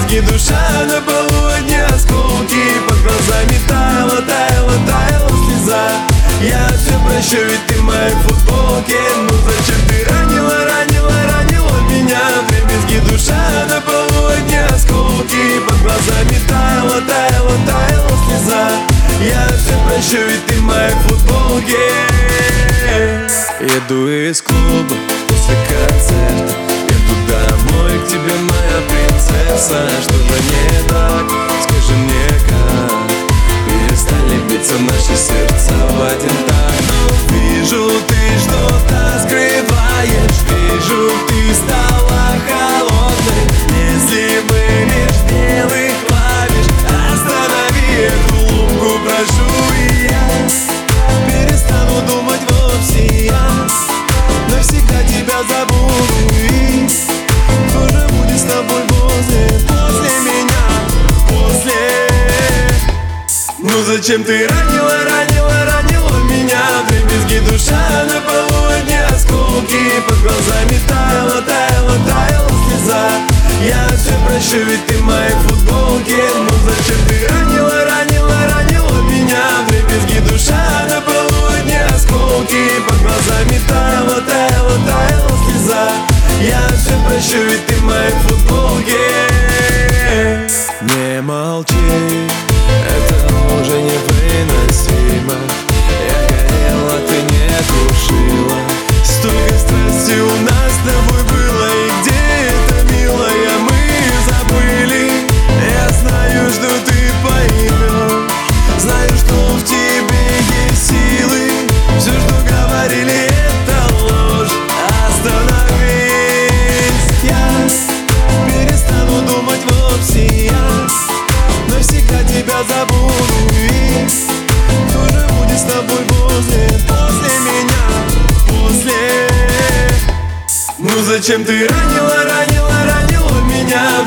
вдребезги душа на полу одни осколки. Под глазами таяла, таяла, таяла слеза. Я все прощу, ведь ты в моей футболке. Ну зачем ты ранила, ранила, ранила меня? Вдребезги душа на полу одни осколки. Под глазами таяла, таяла, таяла слеза. Я все прощу, ведь ты в моей футболке. Еду из клуба после концерта, еду домой к тебе, моя принцесса. Что же не так? Скажи мне как. Перестали биться наши сердца в один такт. Вижу, ты что-то скрываешь. Вижу, ты стала холодной. Если бы лишь белых клавиш, останови эту лунку, прошу. И я перестану думать вовсе. Я навсегда тебя забуду. И кто же будет с тобой после меня, после? Ну зачем ты ранила, ранила, ранила меня? Вдребезги душа на полу одни осколки. Под глазами таяла, таяла, таяла слеза. Я все прощу, ведь ты в моей футболке. Ну зачем ты ранила, ранила, ранила меня? Вдребезги душа на полу одни осколки. Под глазами таяла, таяла, таяла слеза. Я все прощу, ведь ты в моей футболке. Не молчи, это уже невыносимо. Я горела, ты не тушила. Столько страсти у нас с тобой было. И где это, милая, мы забыли. Я знаю, что ты поймешь. Знаю, что в тебе есть силы. Все, что говорили, это ложь. Остановись, я перестану думать вовсе. Я навсегда тебя забуду. И кто же будет с тобой после меня, после? Ну зачем ты ранила, ранила, ранила меня?